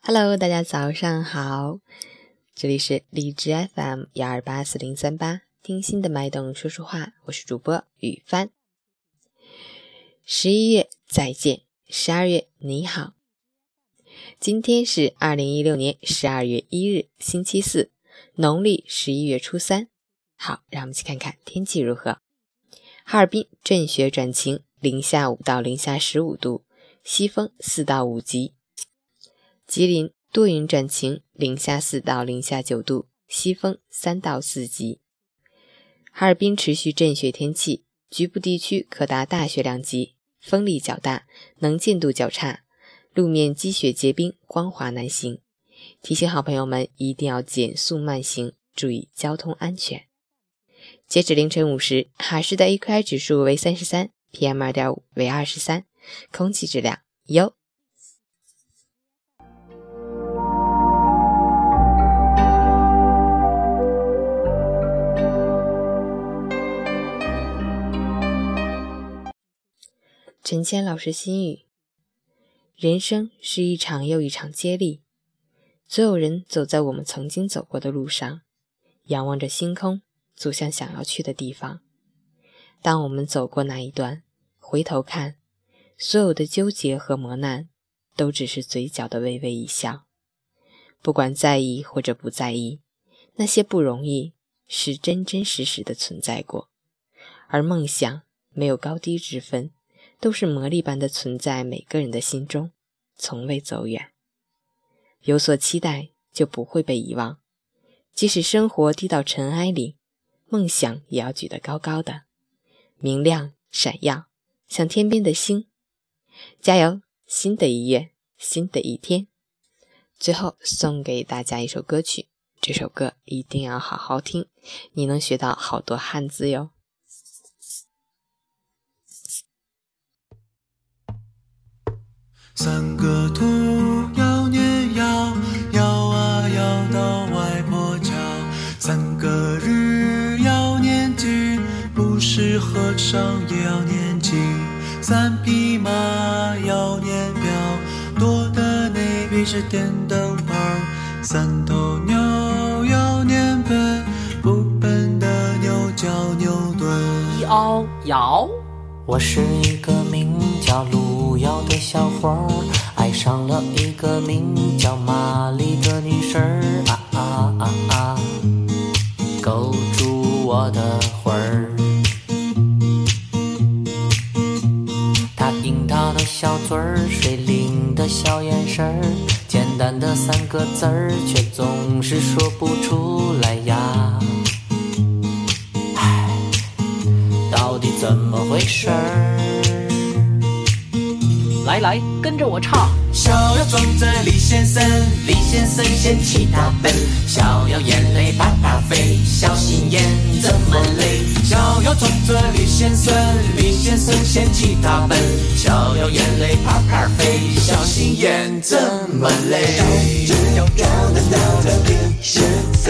Hello， 大家早上好，这里是荔枝 FM1284038，听心的脉动说说话，我是主播雨帆。11月再见，12月你好。今天是2016年12月1日，星期四，农历11月初3。好，让我们去看看天气如何。哈尔滨阵雪转晴，零下5到零下15度，西风4到5级。吉林多云转晴，零下4到零下9度，西风3到4级。哈尔滨持续阵雪天气，局部地区可达大雪量级，风力较大，能见度较差，路面积雪结冰，光滑难行。提醒好朋友们一定要减速慢行，注意交通安全。截止凌晨5时，哈市的 AQI 指数为33， PM2.5 为23，空气质量优。陈谦老师心语：人生是一场又一场接力，所有人走在我们曾经走过的路上，仰望着星空，走向想要去的地方。当我们走过那一段，回头看，所有的纠结和磨难都只是嘴角的微微一笑。不管在意或者不在意，那些不容易是真真实实的存在过，而梦想没有高低之分，都是魔力般的存在每个人的心中，从未走远。有所期待就不会被遗忘，即使生活低到尘埃里，梦想也要举得高高的，明亮闪耀，像天边的星。加油，新的一月，新的一天。最后送给大家一首歌曲，这首歌一定要好好听，你能学到好多汉字哟。 三个土摇年摇，摇啊摇到外婆桥。三个日要念经，不是和尚也要念经。三匹马要念表，多的那匹是电灯泡。三头牛要念笨，不笨的牛叫牛顿。 摇摇，我是一个名叫路遥的小伙儿，爱上了一个名叫玛丽的女生儿，勾住我的魂儿。她樱桃的小嘴儿，水灵的小眼神儿，简单的3个字儿，却总是说不出来呀。唉，到底怎么回事儿？来来，跟着我唱。 小妖撞着李先生，李先生嫌弃他笨，小妖眼泪啪啪飞，小心眼这么累。小妖撞着李先生，李先生嫌弃他笨，小妖眼泪啪啪飞，小心眼这么累。小妖撞着李先生，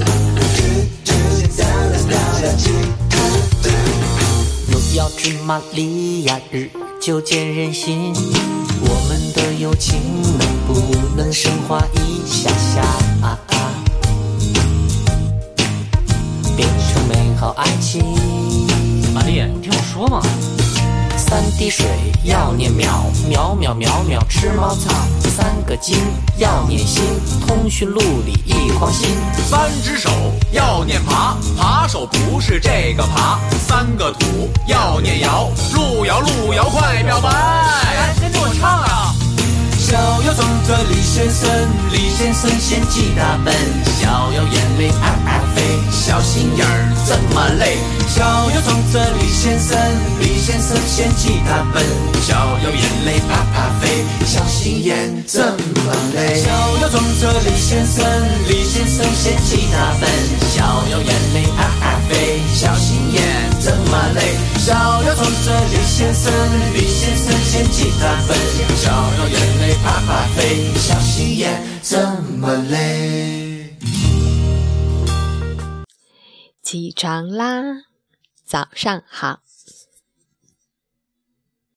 路遥知马力呀，日久见人心。我们的友情能不能升华一下下变成美好爱情？ 玛丽，你听我说嘛。 3滴水要念秒，秒秒秒秒吃茅草。3个金要念心，通讯录里一筐心。 3只手要念爬，爬手不是这个爬。3个土要念摇，路遥路遥快表白。 来，跟着我唱啊！ 小妖撞着李先生，李先生嫌弃他笨，小妖眼泪啪啪飞，小心眼儿这么累。小妖撞着李先生，李先生嫌弃他笨，小妖眼泪啪啪飞，小心眼这么累。小妖撞着李先生，李先生嫌弃他笨，小妖眼泪啪啪飞，小心眼这么累。小妖撞着李先生，李先生嫌弃他笨，小妖眼泪啪啪飞，小心眼这么累。 起床啦，早上好，